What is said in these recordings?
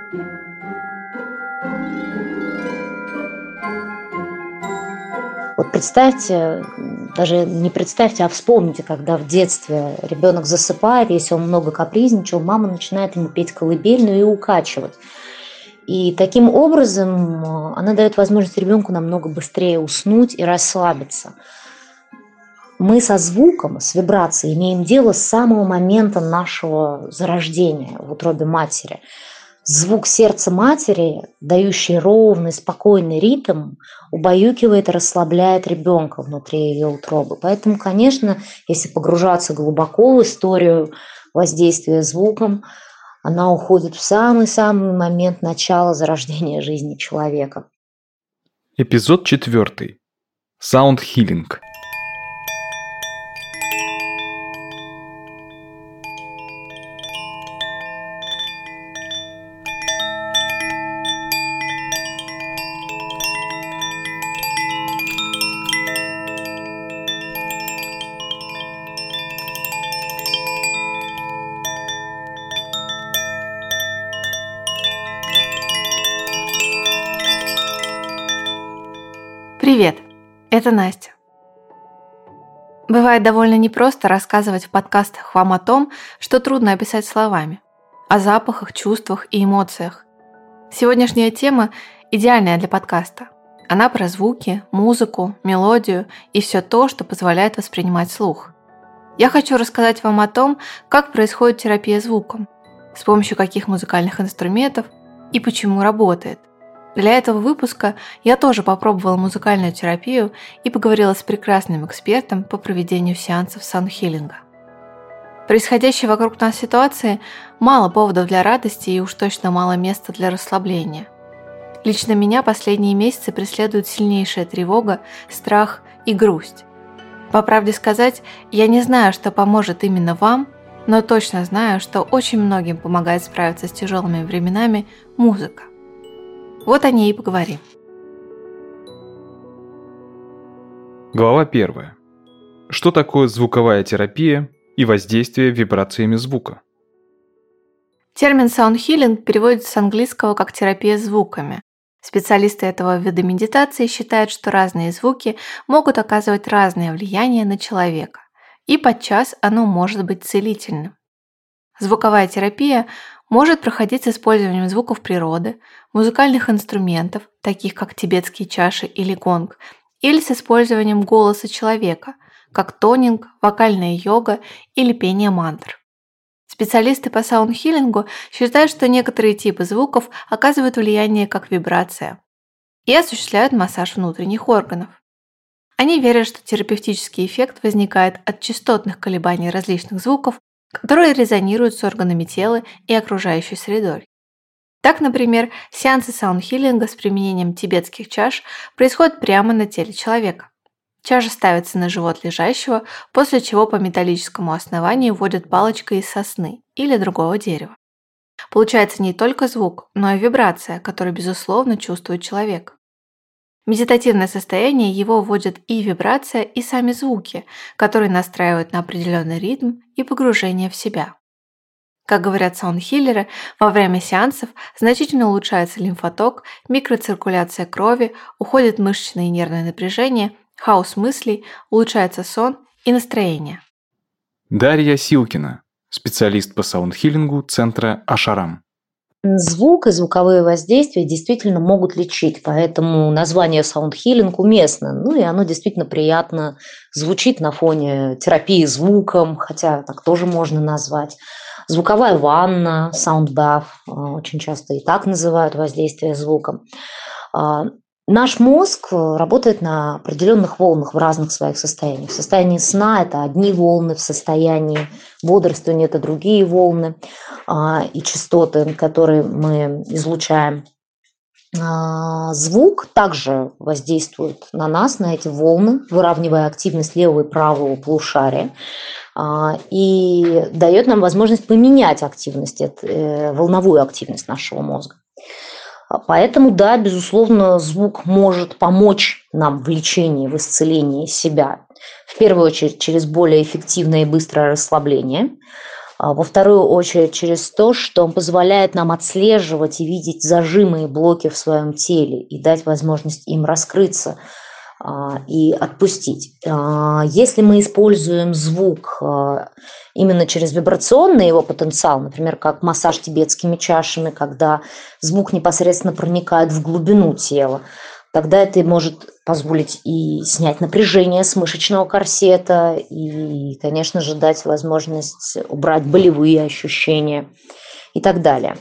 Вот представьте, даже не представьте, а вспомните, когда в детстве ребенок засыпает, если он много капризничал, мама начинает ему петь колыбельную и укачивать. И таким образом она дает возможность ребенку намного быстрее уснуть и расслабиться. Мы со звуком, с вибрацией имеем дело с самого момента нашего зарождения в утробе матери. Звук сердца матери, дающий ровный, спокойный ритм, убаюкивает и расслабляет ребенка внутри ее утробы. Поэтому, конечно, если погружаться глубоко в историю воздействия звуком, она уходит в самый-самый момент начала зарождения жизни человека. Эпизод 4. Саунд-хилинг. Привет, это Настя. Бывает довольно непросто рассказывать в подкастах вам о том, что трудно описать словами, о запахах, чувствах и эмоциях. Сегодняшняя тема идеальная для подкаста. Она про звуки, музыку, мелодию и все то, что позволяет воспринимать слух. Я хочу рассказать вам о том, как происходит терапия звуком, с помощью каких музыкальных инструментов и почему работает. Для этого выпуска я тоже попробовала музыкальную терапию и поговорила с прекрасным экспертом по проведению сеансов саунд-хилинга. Происходящей вокруг нас ситуации мало поводов для радости и уж точно мало места для расслабления. Лично меня последние месяцы преследует сильнейшая тревога, страх и грусть. По правде сказать, я не знаю, что поможет именно вам, но точно знаю, что очень многим помогает справиться с тяжелыми временами музыка. Вот о ней и поговорим. Глава 1. Что такое звуковая терапия и воздействие вибрациями звука? Термин саунд-хилинг переводится с английского как терапия звуками. Специалисты этого вида медитации считают, что разные звуки могут оказывать разное влияние на человека, и подчас оно может быть целительным. Звуковая терапия может проходить с использованием звуков природы, музыкальных инструментов, таких как тибетские чаши или гонг, или с использованием голоса человека, как тонинг, вокальная йога или пение мантр. Специалисты по саунд-хилингу считают, что некоторые типы звуков оказывают влияние как вибрация и осуществляют массаж внутренних органов. Они верят, что терапевтический эффект возникает от частотных колебаний различных звуков, которые резонируют с органами тела и окружающей средой. Так, например, сеансы саунд-хилинга с применением тибетских чаш происходят прямо на теле человека. Чаша ставится на живот лежащего, после чего по металлическому основанию вводят палочкой из сосны или другого дерева. Получается не только звук, но и вибрация, которую, безусловно, чувствует человек. В медитативное состояние его вводят и вибрация, и сами звуки, которые настраивают на определенный ритм и погружение в себя. Как говорят саунд-хиллеры, во время сеансов значительно улучшается лимфоток, микроциркуляция крови, уходит мышечное и нервное напряжение, хаос мыслей, улучшается сон и настроение. Дарья Силкина, специалист по саунд-хилингу центра Ашарам. Звук и звуковые воздействия действительно могут лечить, поэтому название саунд-хилинг уместно. Ну и оно действительно приятно звучит на фоне терапии звуком, хотя так тоже можно назвать. Звуковая ванна, sound-bath, очень часто и так называют воздействие звуком. Наш мозг работает на определенных волнах в разных своих состояниях. В состоянии сна это одни волны, в состоянии бодрствования это другие волны и частоты, которые мы излучаем. Звук также воздействует на нас, на эти волны, выравнивая активность левого и правого полушария и дает нам возможность поменять активность, волновую активность нашего мозга. Поэтому, да, безусловно, звук может помочь нам в лечении, в исцелении себя. В первую очередь через более эффективное и быстрое расслабление. А во вторую очередь через то, что он позволяет нам отслеживать и видеть зажимы и блоки в своем теле и дать возможность им раскрыться и отпустить. Если мы используем звук именно через вибрационный его потенциал, например, как массаж тибетскими чашами, когда звук непосредственно проникает в глубину тела, тогда это может позволить и снять напряжение с мышечного корсета, и, конечно же, дать возможность убрать болевые ощущения и так далее.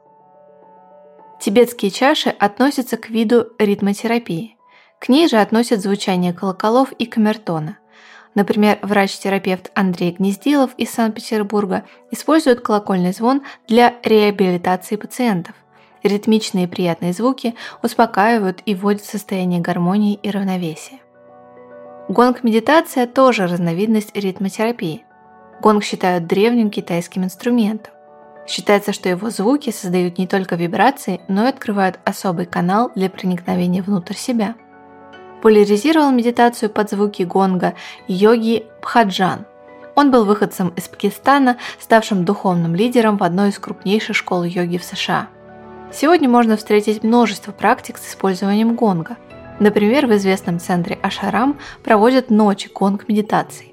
Тибетские чаши относятся к виду ритмотерапии. К ней же относят звучание колоколов и камертона. Например, врач-терапевт Андрей Гнездилов из Санкт-Петербурга использует колокольный звон для реабилитации пациентов. Ритмичные и приятные звуки успокаивают и вводят в состояние гармонии и равновесия. Гонг-медитация тоже разновидность ритмотерапии. Гонг считают древним китайским инструментом. Считается, что его звуки создают не только вибрации, но и открывают особый канал для проникновения внутрь себя. Популяризировал медитацию под звуки гонга йоги Бхаджан. Он был выходцем из Пакистана, ставшим духовным лидером в одной из крупнейших школ йоги в США. Сегодня можно встретить множество практик с использованием гонга. Например, в известном центре Ашарам проводят ночи гонг-медитаций.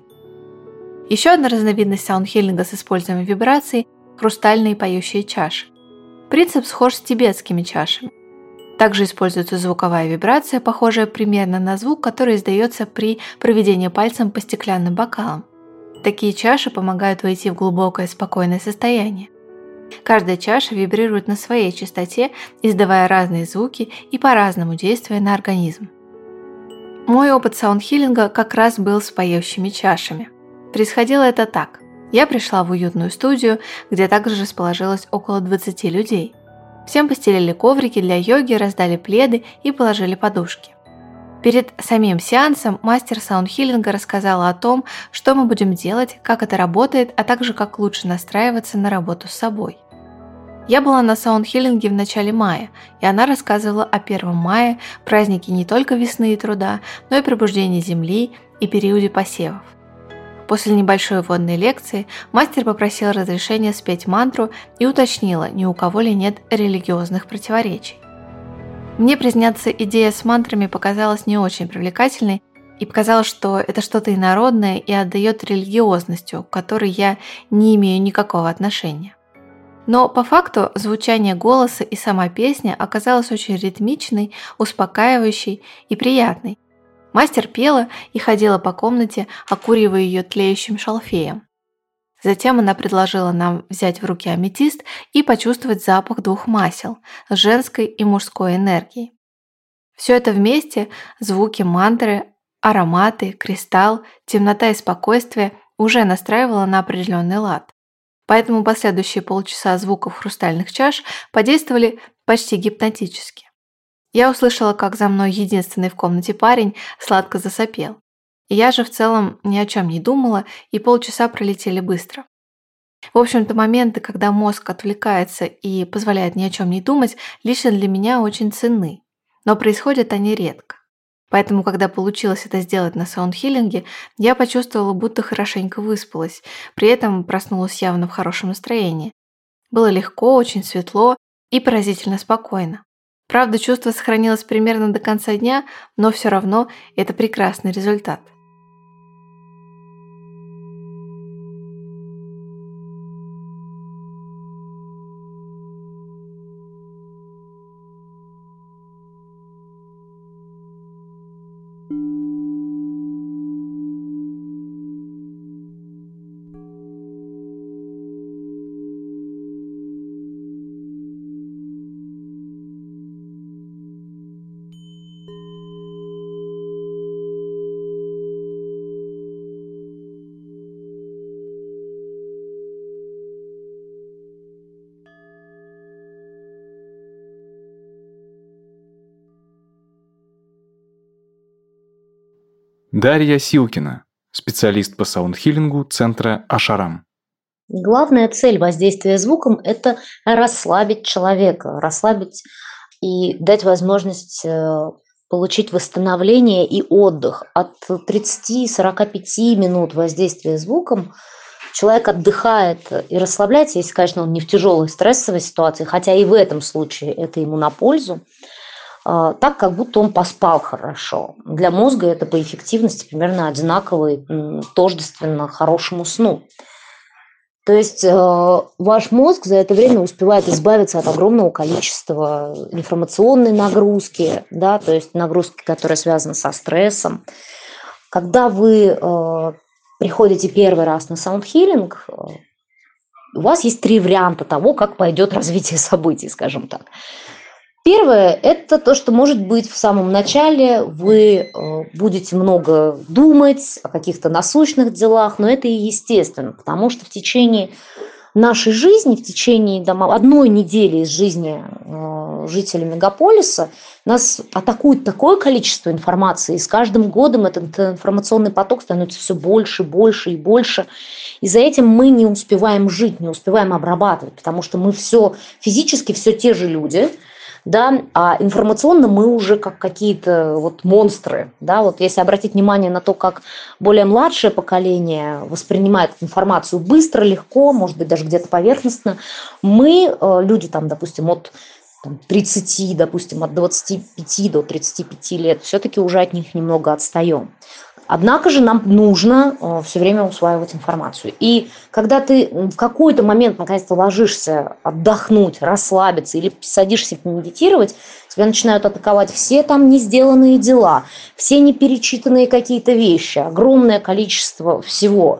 Еще одна разновидность саундхиллинга с использованием вибраций – хрустальные поющие чаши. Принцип схож с тибетскими чашами. Также используется звуковая вибрация, похожая примерно на звук, который издается при проведении пальцем по стеклянным бокалам. Такие чаши помогают войти в глубокое спокойное состояние. Каждая чаша вибрирует на своей частоте, издавая разные звуки и по-разному действуя на организм. Мой опыт саундхиллинга как раз был с поющими чашами. Происходило это так. Я пришла в уютную студию, где также расположилось около 20 людей. Всем постелили коврики для йоги, раздали пледы и положили подушки. Перед самим сеансом мастер саундхиллинга рассказала о том, что мы будем делать, как это работает, а также как лучше настраиваться на работу с собой. Я была на саундхиллинге в начале мая, и она рассказывала о 1 мая, празднике не только весны и труда, но и пробуждении земли и периоде посевов. После небольшой вводной лекции мастер попросил разрешения спеть мантру и уточнила, ни у кого ли нет религиозных противоречий. Мне, признаться, идея с мантрами показалась не очень привлекательной, и показалось, что это что-то инородное и отдает религиозностью, к которой я не имею никакого отношения. Но по факту звучание голоса и сама песня оказалась очень ритмичной, успокаивающей и приятной. Мастер пела и ходила по комнате, окуривая ее тлеющим шалфеем. Затем она предложила нам взять в руки аметист и почувствовать запах 2 масел – женской и мужской энергии. Все это вместе – звуки мантры, ароматы, кристалл, темнота и спокойствие – уже настраивало на определенный лад. Поэтому последующие полчаса звуков хрустальных чаш подействовали почти гипнотически. Я услышала, как за мной единственный в комнате парень сладко засопел. Я же в целом ни о чем не думала, и полчаса пролетели быстро. В общем-то, моменты, когда мозг отвлекается и позволяет ни о чем не думать, лично для меня очень ценны. Но происходят они редко. Поэтому, когда получилось это сделать на саундхиллинге, я почувствовала, будто хорошенько выспалась, при этом проснулась явно в хорошем настроении. Было легко, очень светло и поразительно спокойно. Правда, чувство сохранилось примерно до конца дня, но все равно это прекрасный результат. Дарья Силкина, специалист по саундхиллингу центра Ашарам. Главная цель воздействия звуком – это расслабить человека, расслабить и дать возможность получить восстановление и отдых. От 30-45 минут воздействия звуком человек отдыхает и расслабляется, если, конечно, он не в тяжелой стрессовой ситуации, хотя и в этом случае это ему на пользу, так, как будто он поспал хорошо. Для мозга это по эффективности примерно одинаково, тождественно хорошему сну. То есть ваш мозг за это время успевает избавиться от огромного количества информационной нагрузки, да, то есть нагрузки, которая связана со стрессом. Когда вы приходите первый раз на саундхилинг, у вас есть 3 варианта того, как пойдет развитие событий, скажем так. Первое – это то, что, может быть, в самом начале вы будете много думать о каких-то насущных делах, но это и естественно, потому что в течение нашей жизни, в течение одной недели из жизни жителей мегаполиса нас атакует такое количество информации, и с каждым годом этот информационный поток становится все больше, больше и больше. И за этим мы не успеваем жить, не успеваем обрабатывать, потому что мы физически все те же люди, да, а информационно мы уже как какие-то монстры. Да, если обратить внимание на то, как более младшее поколение воспринимает информацию быстро, легко, может быть, даже где-то поверхностно, мы, люди, допустим, от 30, допустим, от 25 до 35 лет, все-таки уже от них немного отстаем. Однако же нам нужно все время усваивать информацию. И когда ты в какой-то момент наконец-то ложишься отдохнуть, расслабиться или садишься медитировать, тебя начинают атаковать все там не сделанные дела, все не перечитанные какие-то вещи, огромное количество всего.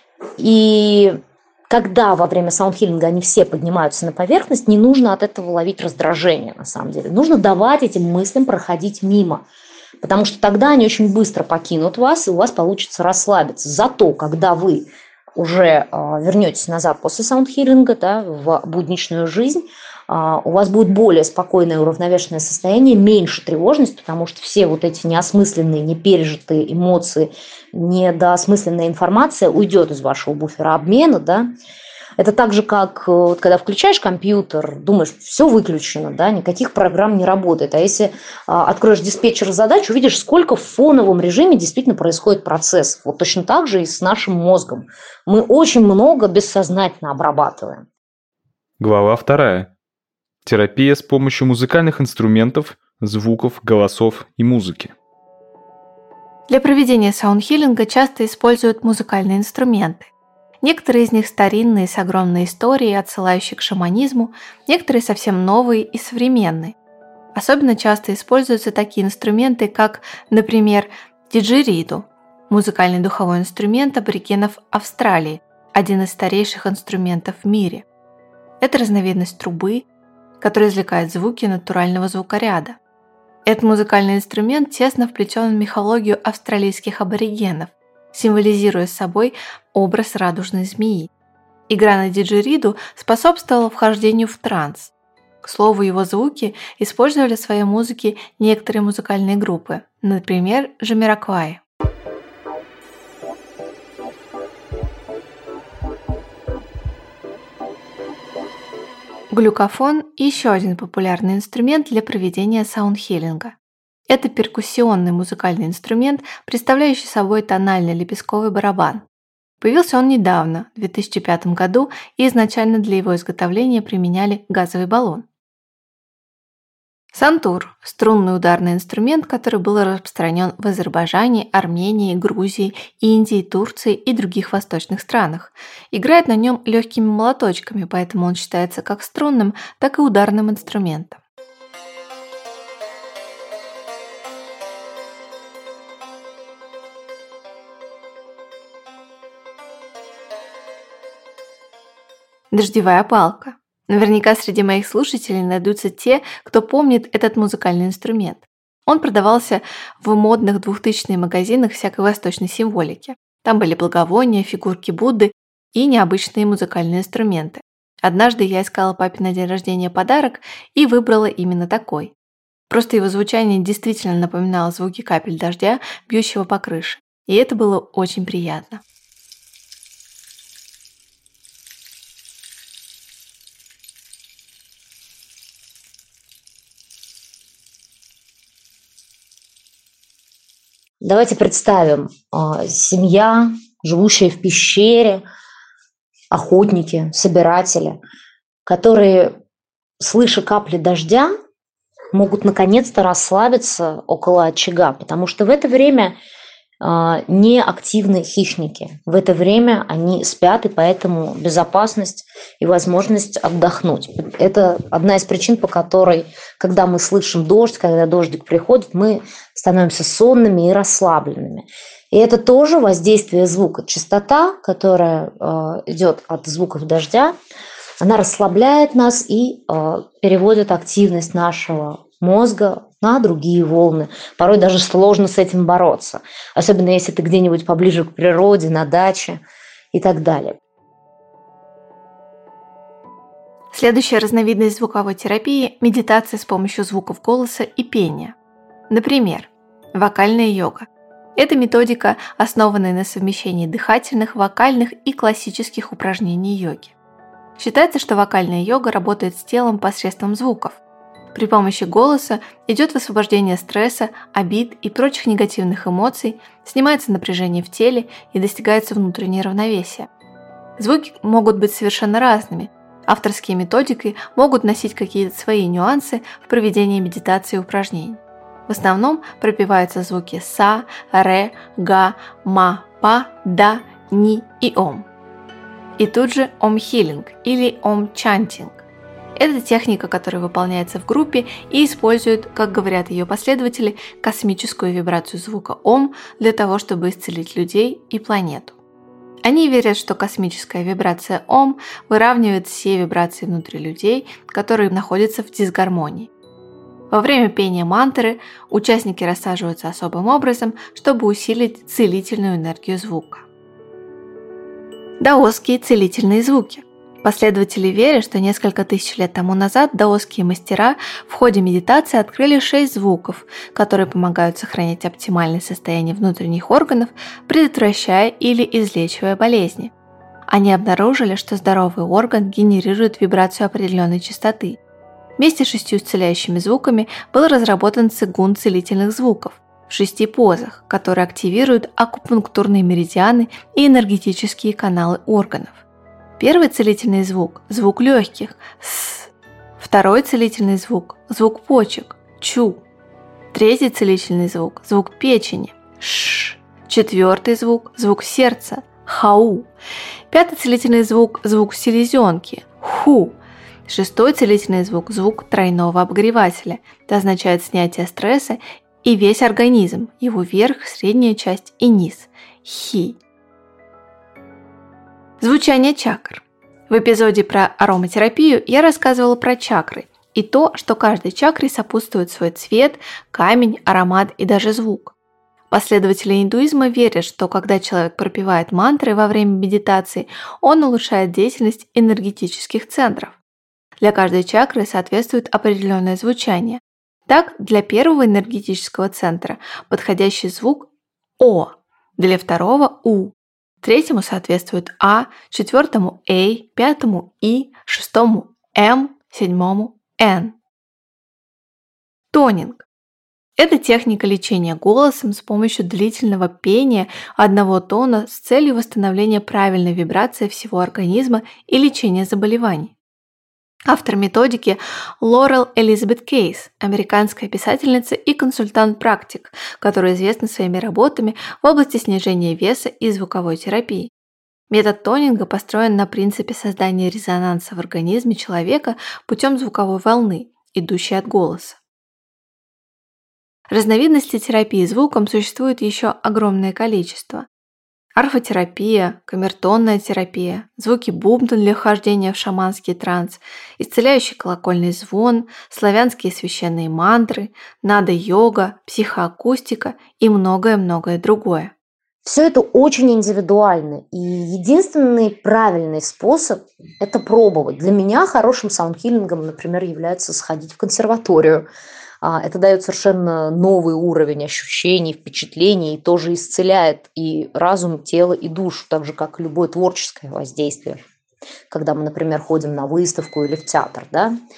И когда во время саундхилинга они все поднимаются на поверхность, не нужно от этого ловить раздражение, на самом деле. Нужно давать этим мыслям проходить мимо. Потому что тогда они очень быстро покинут вас, и у вас получится расслабиться. Зато, когда вы уже вернетесь назад после саундхилинга, да, в будничную жизнь, у вас будет более спокойное, уравновешенное состояние, меньше тревожности, потому что все эти неосмысленные, непережитые эмоции, недоосмысленная информация уйдет из вашего буфера обмена, да. Это так же, как когда включаешь компьютер, думаешь, все выключено, да, никаких программ не работает. А если откроешь диспетчер задач, увидишь, сколько в фоновом режиме действительно происходит процесс. Точно так же и с нашим мозгом. Мы очень много бессознательно обрабатываем. Глава 2. Терапия с помощью музыкальных инструментов, звуков, голосов и музыки. Для проведения саундхилинга часто используют музыкальные инструменты. Некоторые из них старинные, с огромной историей, отсылающие к шаманизму, некоторые совсем новые и современные. Особенно часто используются такие инструменты, как, например, диджериду – музыкальный духовой инструмент аборигенов Австралии, один из старейших инструментов в мире. Это разновидность трубы, которая извлекает звуки натурального звукоряда. Этот музыкальный инструмент тесно вплетен в мифологию австралийских аборигенов, символизируя собой образ радужной змеи. Игра на диджериду способствовала вхождению в транс. К слову, его звуки использовали в своей музыке некоторые музыкальные группы, например, Джамироквай. Глюкофон – еще один популярный инструмент для проведения саундхилинга. Это перкуссионный музыкальный инструмент, представляющий собой тональный лепестковый барабан. Появился он недавно, в 2005 году, и изначально для его изготовления применяли газовый баллон. Сантур – струнный ударный инструмент, который был распространен в Азербайджане, Армении, Грузии, Индии, Турции и других восточных странах. Играет на нем легкими молоточками, поэтому он считается как струнным, так и ударным инструментом. Дождевая палка. Наверняка среди моих слушателей найдутся те, кто помнит этот музыкальный инструмент. Он продавался в модных 2000-х магазинах всякой восточной символики. Там были благовония, фигурки Будды и необычные музыкальные инструменты. Однажды я искала папе на день рождения подарок и выбрала именно такой. Просто его звучание действительно напоминало звуки капель дождя, бьющего по крыше. И это было очень приятно. Давайте представим, семья, живущая в пещере, охотники, собиратели, которые, слыша капли дождя, могут наконец-то расслабиться около очага, потому что в это время не активны хищники. В это время они спят, и поэтому безопасность и возможность отдохнуть. Это одна из причин, по которой, когда мы слышим дождь, когда дождик приходит, мы становимся сонными и расслабленными. И это тоже воздействие звука. Частота, которая идет от звуков дождя, она расслабляет нас и переводит активность нашего мозга на другие волны. Порой даже сложно с этим бороться. Особенно если ты где-нибудь поближе к природе, на даче и так далее. Следующая разновидность звуковой терапии – медитация с помощью звуков голоса и пения. Например, вокальная йога. Это методика, основанная на совмещении дыхательных, вокальных и классических упражнений йоги. Считается, что вокальная йога работает с телом посредством звуков. При помощи голоса идет высвобождение стресса, обид и прочих негативных эмоций, снимается напряжение в теле и достигается внутреннее равновесие. Звуки могут быть совершенно разными. Авторские методики могут носить какие-то свои нюансы в проведении медитации и упражнений. В основном пропеваются звуки са, ре, га, ма, па, да, ни и ом. И тут же ом-хилинг или ом-чантинг. Это техника, которая выполняется в группе и использует, как говорят ее последователи, космическую вибрацию звука ом для того, чтобы исцелить людей и планету. Они верят, что космическая вибрация ом выравнивает все вибрации внутри людей, которые находятся в дисгармонии. Во время пения мантры участники рассаживаются особым образом, чтобы усилить целительную энергию звука. Даосские целительные звуки. Последователи верят, что несколько тысяч лет тому назад даосские мастера в ходе медитации открыли 6 звуков, которые помогают сохранять оптимальное состояние внутренних органов, предотвращая или излечивая болезни. Они обнаружили, что здоровый орган генерирует вибрацию определенной частоты. Вместе с 6 исцеляющими звуками был разработан цигун целительных звуков в 6 позах, которые активируют акупунктурные меридианы и энергетические каналы органов. Первый целительный звук – звук легких – «с». Второй целительный звук – звук почек – «чу». Третий целительный звук – звук печени – «ш». Четвертый звук – звук сердца – «хау». Пятый целительный звук – звук селезенки – «ху». Шестой целительный звук – звук тройного обогревателя. Это означает снятие стресса и весь организм, его верх, средняя часть и низ – «хи». Звучание чакр. В эпизоде про ароматерапию я рассказывала про чакры и то, что каждой чакре сопутствует свой цвет, камень, аромат и даже звук. Последователи индуизма верят, что когда человек пропевает мантры во время медитации, он улучшает деятельность энергетических центров. Для каждой чакры соответствует определенное звучание. Так, для первого энергетического центра подходящий звук О, для второго У. Третьему соответствует А, четвертому Эй, пятому И, шестому М, седьмому Н. Тонинг. Это техника лечения голосом с помощью длительного пения одного тона с целью восстановления правильной вибрации всего организма и лечения заболеваний. Автор методики Лорел Элизабет Кейс, американская писательница и консультант-практик, которая известна своими работами в области снижения веса и звуковой терапии. Метод тонинга построен на принципе создания резонанса в организме человека путем звуковой волны, идущей от голоса. Разновидностей терапии звуком существует еще огромное количество. Арфотерапия, камертонная терапия, звуки бубна для вхождения в шаманский транс, исцеляющий колокольный звон, славянские священные мантры, нада-йога, психоакустика и многое-многое другое. Все это очень индивидуально, и единственный правильный способ – это пробовать. Для меня хорошим саундхилингом, например, является сходить в консерваторию. Это дает совершенно новый уровень ощущений, впечатлений и тоже исцеляет и разум, тело, и душу, так же, как и любое творческое воздействие, когда мы, например, ходим на выставку или в театр. Да?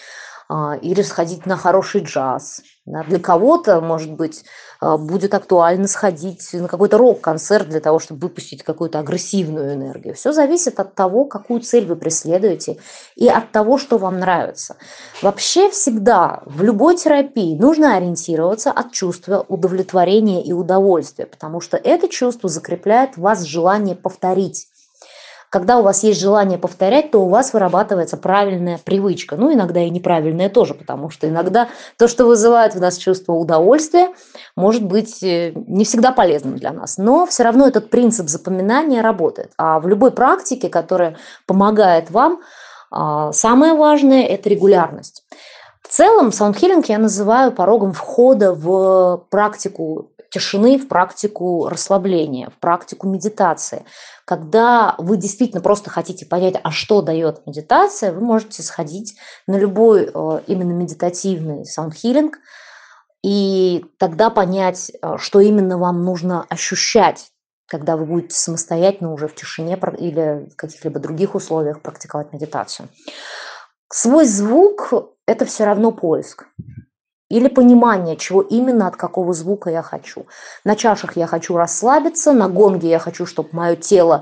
или сходить на хороший джаз. Да. Для кого-то, может быть, будет актуально сходить на какой-то рок-концерт для того, чтобы выпустить какую-то агрессивную энергию. Все зависит от того, какую цель вы преследуете, и от того, что вам нравится. Вообще всегда в любой терапии нужно ориентироваться от чувства удовлетворения и удовольствия, потому что это чувство закрепляет в вас желание повторить. Когда у вас есть желание повторять, то у вас вырабатывается правильная привычка. Ну, иногда и неправильная тоже, потому что иногда то, что вызывает в нас чувство удовольствия, может быть не всегда полезным для нас. Но все равно этот принцип запоминания работает. А в любой практике, которая помогает вам, самое важное – это регулярность. В целом, саундхилинг я называю порогом входа в практику тишины, в практику расслабления, в практику медитации. Когда вы действительно просто хотите понять, а что дает медитация, вы можете сходить на любой именно медитативный саундхилинг и тогда понять, что именно вам нужно ощущать, когда вы будете самостоятельно уже в тишине или в каких-либо других условиях практиковать медитацию. Свой звук – это все равно поиск. Или понимание, чего именно, от какого звука я хочу. На чашах я хочу расслабиться, на гонге я хочу, чтобы мое тело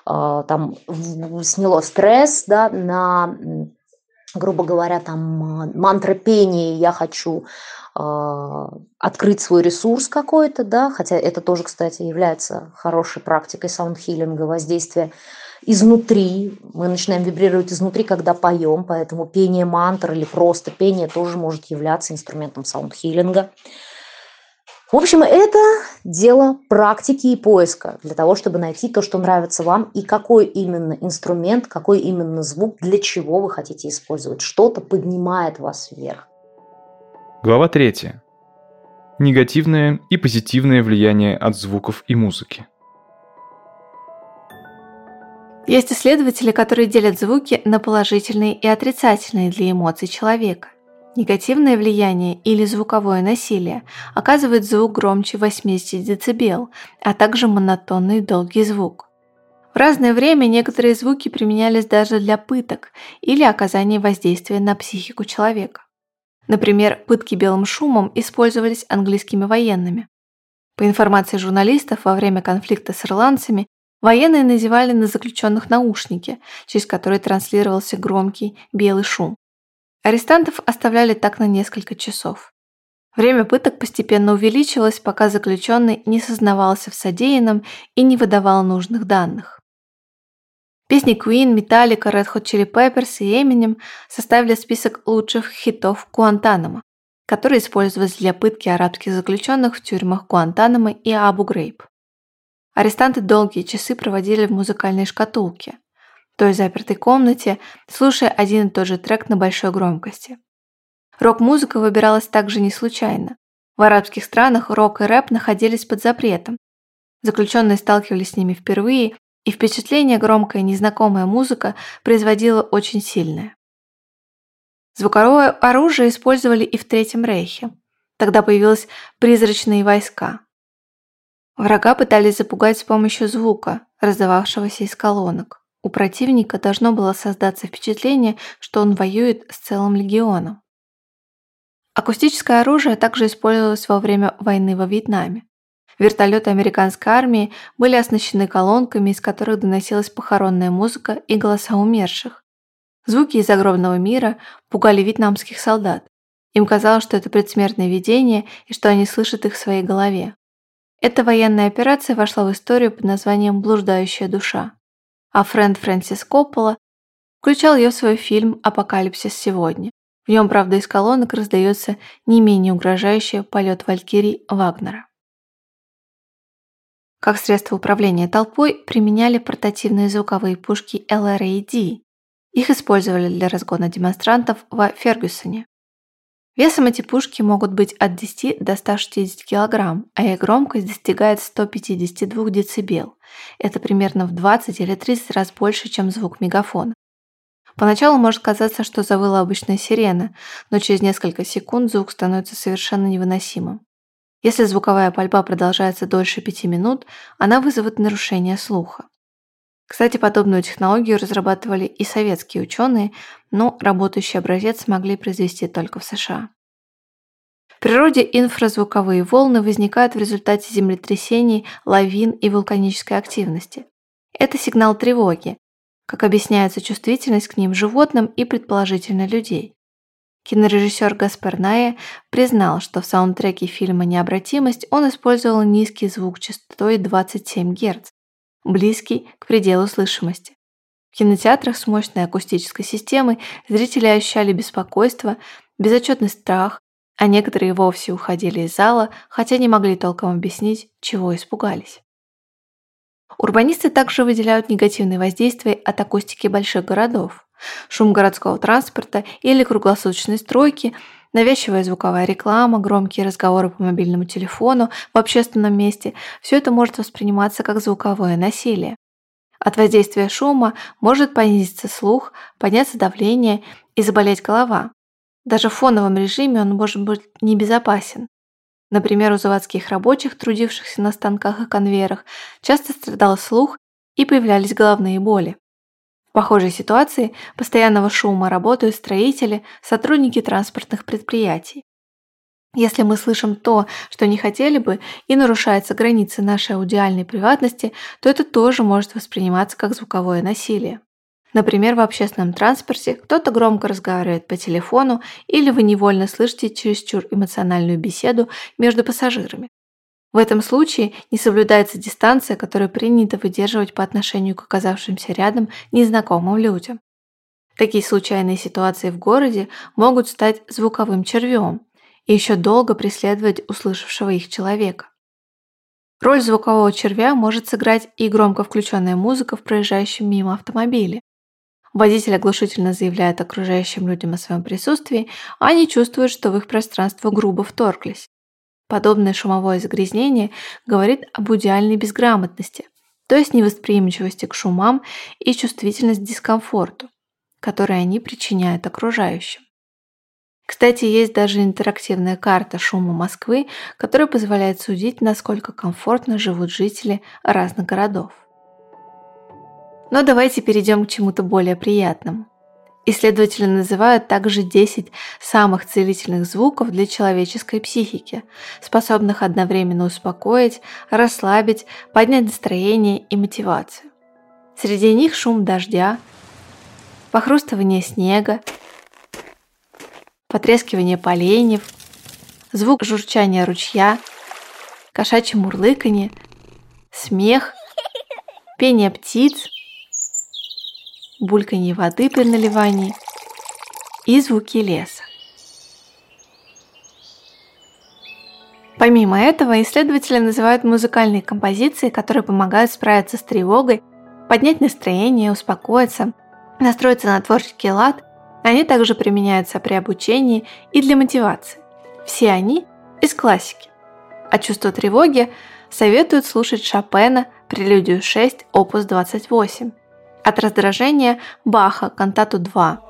сняло стресс, да, на, грубо говоря, мантропении я хочу открыть свой ресурс какой-то, да, хотя это тоже, кстати, является хорошей практикой саундхилинга, воздействия изнутри. Мы начинаем вибрировать изнутри, когда поем, поэтому пение мантр или просто пение тоже может являться инструментом саундхилинга. В общем, это дело практики и поиска для того, чтобы найти то, что нравится вам, и какой именно инструмент, какой именно звук, для чего вы хотите использовать. Что-то поднимает вас вверх. Глава 3. Негативное и позитивное влияние от звуков и музыки. Есть исследователи, которые делят звуки на положительные и отрицательные для эмоций человека. Негативное влияние или звуковое насилие оказывает звук громче 80 дБ, а также монотонный долгий звук. В разное время некоторые звуки применялись даже для пыток или оказания воздействия на психику человека. Например, пытки белым шумом использовались английскими военными. По информации журналистов, во время конфликта с ирландцами военные надевали на заключенных наушники, через которые транслировался громкий белый шум. Арестантов оставляли так на несколько часов. Время пыток постепенно увеличилось, пока заключенный не сознавался в содеянном и не выдавал нужных данных. Песни Queen, Metallica, Red Hot Chili Peppers и Eminem составили список лучших хитов Гуантанамо, которые использовались для пытки арабских заключенных в тюрьмах Гуантанамо и Абу-Грейб. Арестанты долгие часы проводили в музыкальной шкатулке, в той запертой комнате, слушая один и тот же трек на большой громкости. Рок-музыка выбиралась также не случайно. В арабских странах рок и рэп находились под запретом. Заключенные сталкивались с ними впервые, и впечатление громкая незнакомая музыка производила очень сильное. Звуковое оружие использовали и в Третьем Рейхе. Тогда появились призрачные войска. Врага пытались запугать с помощью звука, раздававшегося из колонок. У противника должно было создаться впечатление, что он воюет с целым легионом. Акустическое оружие также использовалось во время войны во Вьетнаме. Вертолеты американской армии были оснащены колонками, из которых доносилась похоронная музыка и голоса умерших. Звуки из загробного мира пугали вьетнамских солдат. Им казалось, что это предсмертное видение и что они слышат их в своей голове. Эта военная операция вошла в историю под названием «Блуждающая душа», а Фрэнсис Коппола включал ее в свой фильм «Апокалипсис сегодня». В нем, правда, из колонок раздается не менее угрожающий полет валькирий Вагнера. Как средство управления толпой применяли портативные звуковые пушки LRAD. Их использовали для разгона демонстрантов во Фергюсоне. Весом эти пушки могут быть от 10 до 160 кг, а их громкость достигает 152 дБ. Это примерно в 20 или 30 раз больше, чем звук мегафона. Поначалу может казаться, что завыла обычная сирена, но через несколько секунд звук становится совершенно невыносимым. Если звуковая пальба продолжается дольше 5 минут, она вызовет нарушение слуха. Кстати, подобную технологию разрабатывали и советские ученые, но работающий образец смогли произвести только в США. В природе инфразвуковые волны возникают в результате землетрясений, лавин и вулканической активности. Это сигнал тревоги, как объясняется чувствительность к ним животным и предположительно людей. Кинорежиссер Гаспар Ноэ признал, что в саундтреке фильма «Необратимость» он использовал низкий звук частотой 27 Гц, близкий к пределу слышимости. В кинотеатрах с мощной акустической системой зрители ощущали беспокойство, безотчетный страх, а некоторые вовсе уходили из зала, хотя не могли толком объяснить, чего испугались. Урбанисты также выделяют негативные воздействия от акустики больших городов. Шум городского транспорта или круглосуточной стройки, навязчивая звуковая реклама, громкие разговоры по мобильному телефону в общественном месте – все это может восприниматься как звуковое насилие. От воздействия шума может понизиться слух, подняться давление и заболеть голова. Даже в фоновом режиме он может быть небезопасен. Например, у заводских рабочих, трудившихся на станках и конвейерах, часто страдал слух и появлялись головные боли. В похожей ситуации постоянного шума работают строители, сотрудники транспортных предприятий. Если мы слышим то, что не хотели бы, и нарушаются границы нашей аудиальной приватности, то это тоже может восприниматься как звуковое насилие. Например, в общественном транспорте кто-то громко разговаривает по телефону, или вы невольно слышите чересчур эмоциональную беседу между пассажирами. В этом случае не соблюдается дистанция, которую принято выдерживать по отношению к оказавшимся рядом незнакомым людям. Такие случайные ситуации в городе могут стать звуковым червем и еще долго преследовать услышавшего их человека. Роль звукового червя может сыграть и громко включенная музыка в проезжающем мимо автомобиле. Водитель оглушительно заявляет окружающим людям о своем присутствии, а они чувствуют, что в их пространство грубо вторглись. Подобное шумовое загрязнение говорит об аудиальной безграмотности, то есть невосприимчивости к шумам и чувствительность к дискомфорту, который они причиняют окружающим. Кстати, есть даже интерактивная карта шума Москвы, которая позволяет судить, насколько комфортно живут жители разных городов. Но давайте перейдем к чему-то более приятному. Исследователи называют также 10 самых целительных звуков для человеческой психики, способных одновременно успокоить, расслабить, поднять настроение и мотивацию. Среди них шум дождя, похрустывание снега, потрескивание поленьев, звук журчания ручья, кошачье мурлыканье, смех, пение птиц, бульканье воды при наливании и звуки леса. Помимо этого, исследователи называют музыкальные композиции, которые помогают справиться с тревогой, поднять настроение, успокоиться, настроиться на творческий лад. Они также применяются при обучении и для мотивации. Все они из классики. От чувства тревоги советуют слушать Шопена, прелюдию 6, опус 28. От раздражения Баха, кантату 2.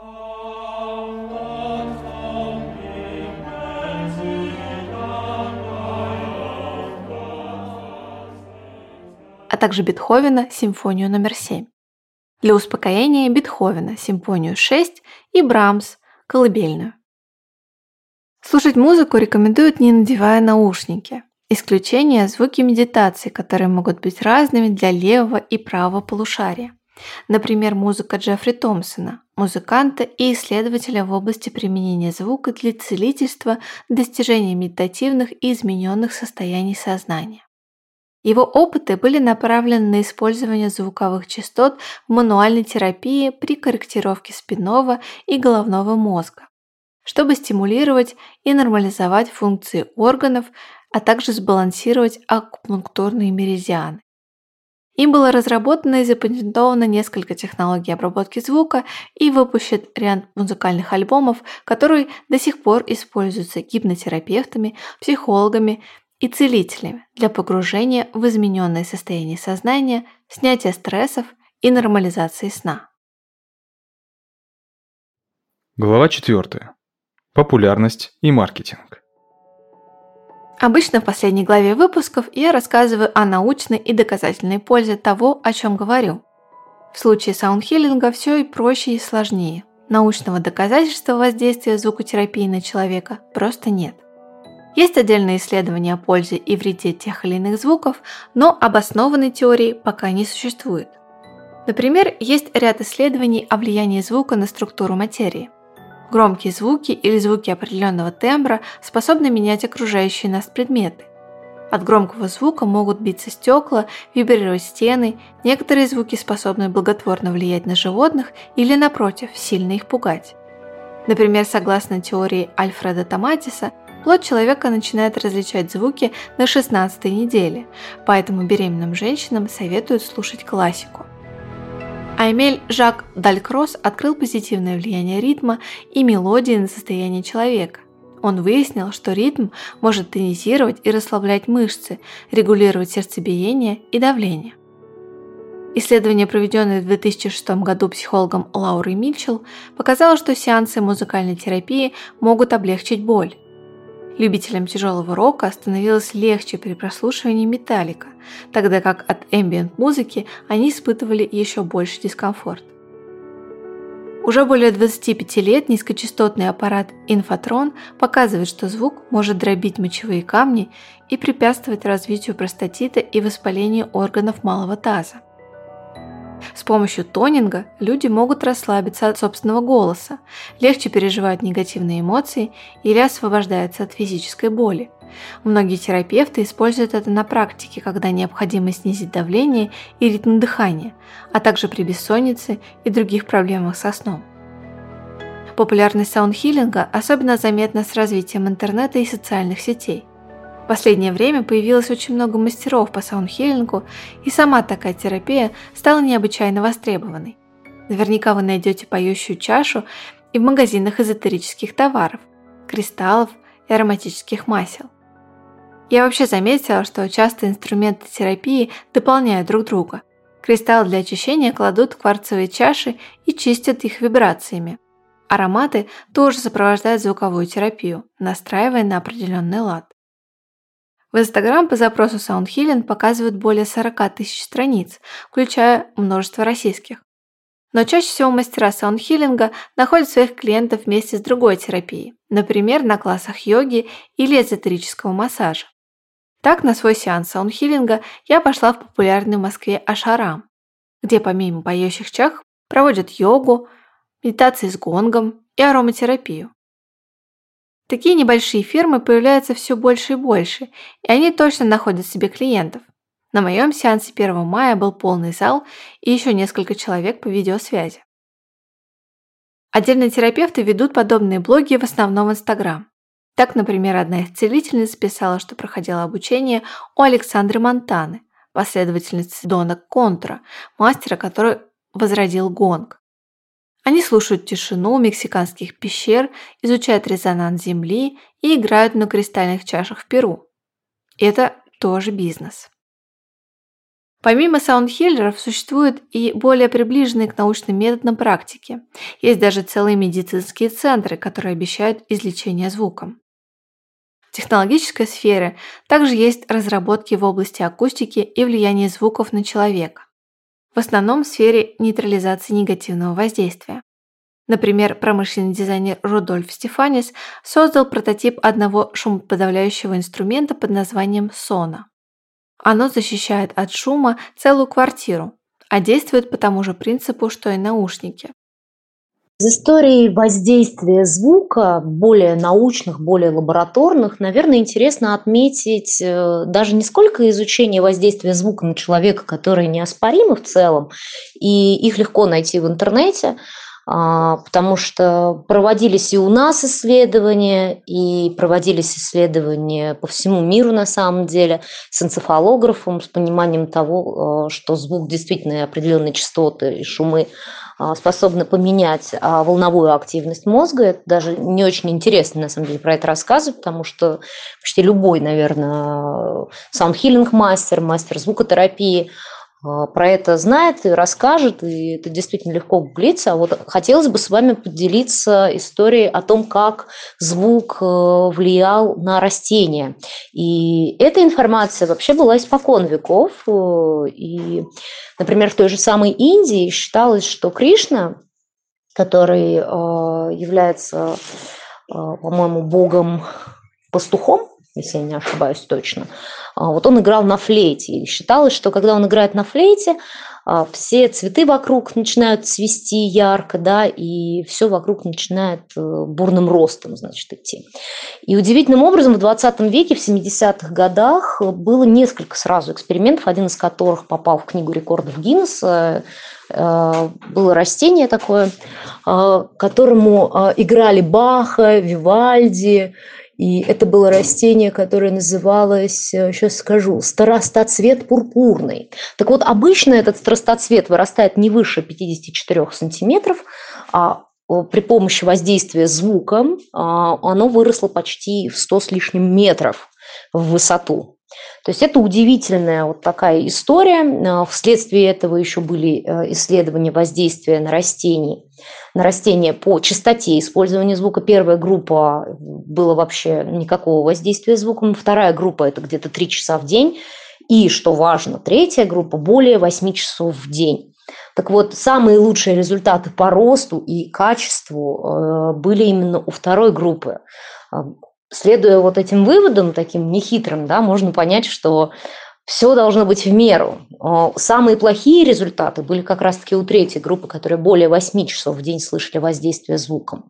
А также Бетховена, симфонию номер 7. Для успокоения Бетховена, симфонию 6 и Брамс, колыбельную. Слушать музыку рекомендуют, не надевая наушники. Исключение – звуки медитации, которые могут быть разными для левого и правого полушария. Например, музыка Джеффри Томпсона, музыканта и исследователя в области применения звука для целительства, достижения медитативных и измененных состояний сознания. Его опыты были направлены на использование звуковых частот в мануальной терапии при корректировке спинного и головного мозга, чтобы стимулировать и нормализовать функции органов, а также сбалансировать акупунктурные меридианы. Им было разработано и запатентовано несколько технологий обработки звука и выпущен ряд музыкальных альбомов, которые до сих пор используются гипнотерапевтами, психологами и целителями для погружения в измененное состояние сознания, снятия стрессов и нормализации сна. Глава 4. Популярность и маркетинг. Обычно в последней главе выпусков я рассказываю о научной и доказательной пользе того, о чем говорю. В случае саундхиллинга все и проще, и сложнее. Научного доказательства воздействия звукотерапии на человека просто нет. Есть отдельные исследования о пользе и вреде тех или иных звуков, но обоснованной теории пока не существует. Например, есть ряд исследований о влиянии звука на структуру материи. Громкие звуки или звуки определенного тембра способны менять окружающие нас предметы. От громкого звука могут биться стекла, вибрировать стены, некоторые звуки способны благотворно влиять на животных или, напротив, сильно их пугать. Например, согласно теории Альфреда Томатиса, плоть человека начинает различать звуки на 16-й неделе, поэтому беременным женщинам советуют слушать классику. А Эмиль Жак Далькрос открыл позитивное влияние ритма и мелодии на состояние человека. Он выяснил, что ритм может тонизировать и расслаблять мышцы, регулировать сердцебиение и давление. Исследование, проведенное в 2006 году психологом Лаурой Митчелл, показало, что сеансы музыкальной терапии могут облегчить боль. Любителям тяжелого рока становилось легче при прослушивании Металлика, тогда как от эмбиент-музыки они испытывали еще больше дискомфорт. Уже более 25 лет низкочастотный аппарат инфотрон показывает, что звук может дробить мочевые камни и препятствовать развитию простатита и воспалению органов малого таза. С помощью тонинга люди могут расслабиться от собственного голоса, легче переживают негативные эмоции или освобождаются от физической боли. Многие терапевты используют это на практике, когда необходимо снизить давление и ритм дыхания, а также при бессоннице и других проблемах со сном. Популярность саундхиллинга особенно заметна с развитием интернета и социальных сетей. В последнее время появилось очень много мастеров по саундхиллингу, и сама такая терапия стала необычайно востребованной. Наверняка вы найдете поющую чашу и в магазинах эзотерических товаров, кристаллов и ароматических масел. Я вообще заметила, что часто инструменты терапии дополняют друг друга. Кристаллы для очищения кладут в кварцевые чаши и чистят их вибрациями. Ароматы тоже сопровождают звуковую терапию, настраивая на определенный лад. В Instagram по запросу SoundHealing показывают более 40 тысяч страниц, включая множество российских. Но чаще всего мастера саундхиллинга находят своих клиентов вместе с другой терапией, например, на классах йоги или эзотерического массажа. Так, на свой сеанс саундхиллинга я пошла в популярный в Москве Ашарам, где помимо поющих чах проводят йогу, медитации с гонгом и ароматерапию. Такие небольшие фирмы появляются все больше и больше, и они точно находят себе клиентов. На моем сеансе 1 мая был полный зал и еще несколько человек по видеосвязи. Отдельные терапевты ведут подобные блоги в основном в Instagram. Так, например, одна из целительниц писала, что проходила обучение у Александры Монтаны, последовательницы Дона Контра, мастера, который возродил гонг. Они слушают тишину мексиканских пещер, изучают резонанс Земли и играют на кристальных чашах в Перу. Это тоже бизнес. Помимо саундхиллеров существуют и более приближенные к научным методам практики. Есть даже целые медицинские центры, которые обещают излечение звуком. В технологической сфере также есть разработки в области акустики и влияния звуков на человека. В основном в сфере нейтрализации негативного воздействия. Например, промышленный дизайнер Рудольф Стефанис создал прототип одного шумоподавляющего инструмента под названием Sona. Оно защищает от шума целую квартиру, а действует по тому же принципу, что и наушники. Из истории воздействия звука, более научных, более лабораторных, наверное, интересно отметить даже не сколько изучение воздействия звука на человека, которые неоспоримы в целом, и их легко найти в интернете, потому что проводились и у нас исследования, и проводились исследования по всему миру на самом деле с энцефалографом, с пониманием того, что звук действительно определенные частоты и шумы способны поменять волновую активность мозга. Это даже не очень интересно, на самом деле, про это рассказывать, потому что почти любой, наверное, саундхиллинг-мастер, мастер звукотерапии про это знает и расскажет, и это действительно легко гуглится. А вот хотелось бы с вами поделиться историей о том, как звук влиял на растения. И эта информация вообще была испокон веков. И, например, в той же самой Индии считалось, что Кришна, который является, по-моему, богом-пастухом, если я не ошибаюсь точно, вот он играл на флейте. И считалось, что когда он играет на флейте, все цветы вокруг начинают цвести ярко, да, и все вокруг начинает бурным ростом, значит, идти. И удивительным образом в 20 веке, в 70-х годах, было несколько сразу экспериментов, один из которых попал в Книгу рекордов Гиннесса. Было растение такое, которому играли Баха, Вивальди. И это было растение, которое называлось, сейчас скажу, старостоцвет пурпурный. Так вот, обычно этот старостоцвет вырастает не выше 54 сантиметров, а при помощи воздействия звуком оно выросло почти в 100 с лишним метров в высоту. То есть это удивительная вот такая история. Вследствие этого еще были исследования воздействия на растения по частоте использования звука. Первая группа было вообще никакого воздействия звуком, вторая группа – это где-то 3 часа в день, и, что важно, третья группа – более 8 часов в день. Так вот, самые лучшие результаты по росту и качеству были именно у второй группы. Следуя вот этим выводам, таким нехитрым, да, можно понять, что все должно быть в меру. Самые плохие результаты были как раз-таки у третьей группы, которые более 8 часов в день слышали воздействие звуком.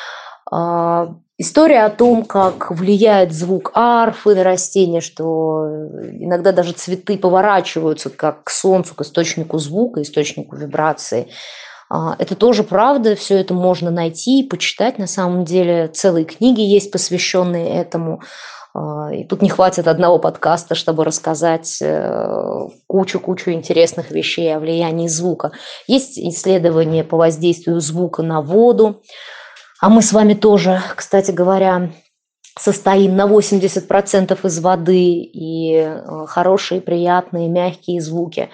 История о том, как влияет звук арфы на растения, что иногда даже цветы поворачиваются как к солнцу, к источнику звука, источнику вибрации. Это тоже правда, все это можно найти и почитать. На самом деле целые книги есть, посвященные этому. И тут не хватит одного подкаста, чтобы рассказать кучу интересных вещей о влиянии звука. Есть исследования по воздействию звука на воду. А мы с вами тоже, кстати говоря, состоим на 80% из воды, и хорошие, приятные, мягкие звуки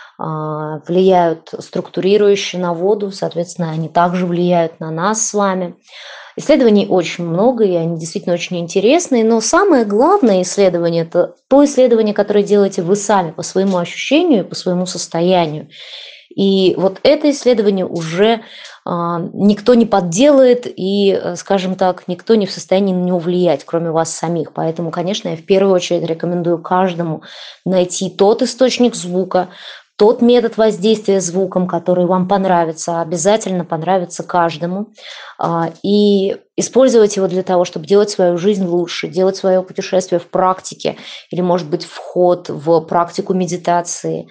влияют структурирующе на воду, соответственно, они также влияют на нас с вами. Исследований очень много, и они действительно очень интересные, но самое главное исследование – это то исследование, которое делаете вы сами по своему ощущению, по своему состоянию. И вот это исследование уже никто не подделает, и, скажем так, никто не в состоянии на него влиять, кроме вас самих. Поэтому, конечно, я в первую очередь рекомендую каждому найти тот источник звука, тот метод воздействия звуком, который вам понравится, обязательно понравится каждому, и использовать его для того, чтобы делать свою жизнь лучше, делать свое путешествие в практике или, может быть, вход в практику медитации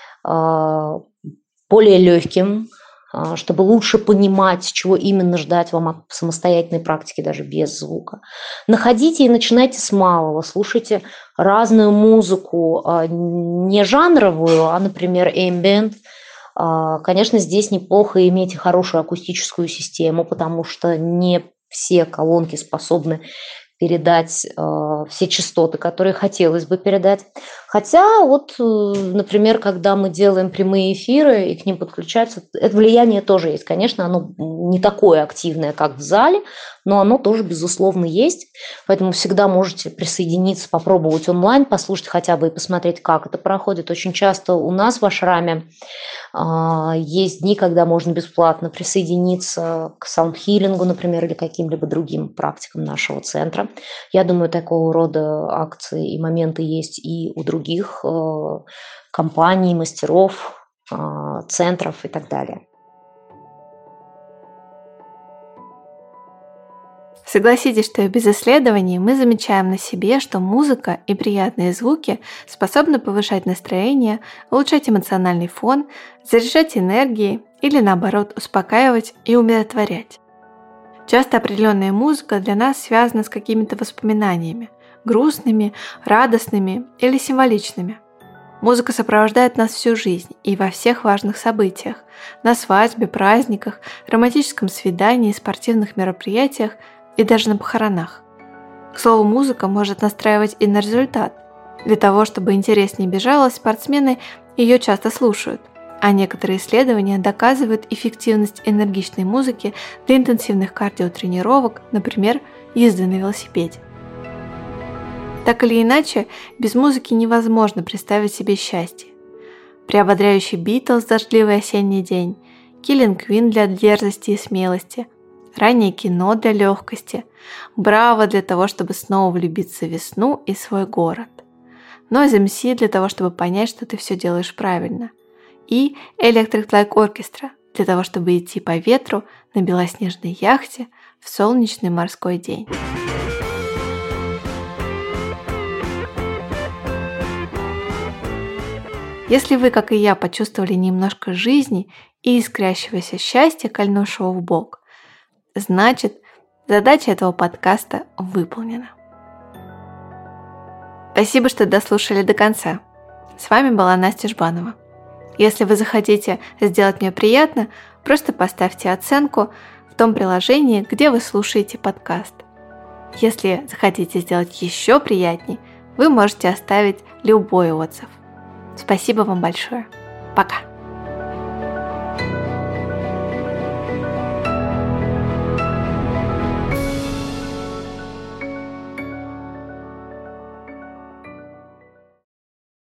более легким, чтобы лучше понимать, чего именно ждать вам от самостоятельной практики, даже без звука. Находите и начинайте с малого. Слушайте разную музыку, не жанровую, а, например, ambient. Конечно, здесь неплохо иметь хорошую акустическую систему, потому что не все колонки способны передать все частоты, которые хотелось бы передать. Хотя вот, например, когда мы делаем прямые эфиры и к ним подключаются, это влияние тоже есть. Конечно, оно не такое активное, как в зале, но оно тоже, безусловно, есть. Поэтому всегда можете присоединиться, попробовать онлайн, послушать хотя бы и посмотреть, как это проходит. Очень часто у нас в ашраме есть дни, когда можно бесплатно присоединиться к саунд-хилингу, например, или каким-либо другим практикам нашего центра. Я думаю, такого рода акции и моменты есть и у других компаний, мастеров, центров и так далее. Согласитесь, что и без исследований мы замечаем на себе, что музыка и приятные звуки способны повышать настроение, улучшать эмоциональный фон, заряжать энергией или, наоборот, успокаивать и умиротворять. Часто определенная музыка для нас связана с какими-то воспоминаниями – грустными, радостными или символичными. Музыка сопровождает нас всю жизнь и во всех важных событиях – на свадьбе, праздниках, романтическом свидании, спортивных мероприятиях и даже на похоронах. К слову, музыка может настраивать и на результат. Для того, чтобы интереснее бежало, спортсмены ее часто слушают, а некоторые исследования доказывают эффективность энергичной музыки для интенсивных кардиотренировок, например, езды на велосипеде. Так или иначе, без музыки невозможно представить себе счастье. Приободряющий Битлз «Дождливый осенний день», Killing Queen для дерзости и смелости, раннее кино для легкости, Браво для того, чтобы снова влюбиться в весну и свой город, Noise MC для того, чтобы понять, что ты все делаешь правильно, и Electric Light Orchestra для того, чтобы идти по ветру на белоснежной яхте в солнечный морской день. Если вы, как и я, почувствовали немножко жизни и искрящегося счастья, кольнувшего в бок, значит, задача этого подкаста выполнена. Спасибо, что дослушали до конца. С вами была Настя Жбанова. Если вы захотите сделать мне приятно, просто поставьте оценку в том приложении, где вы слушаете подкаст. Если захотите сделать еще приятнее, вы можете оставить любой отзыв. Спасибо вам большое. Пока.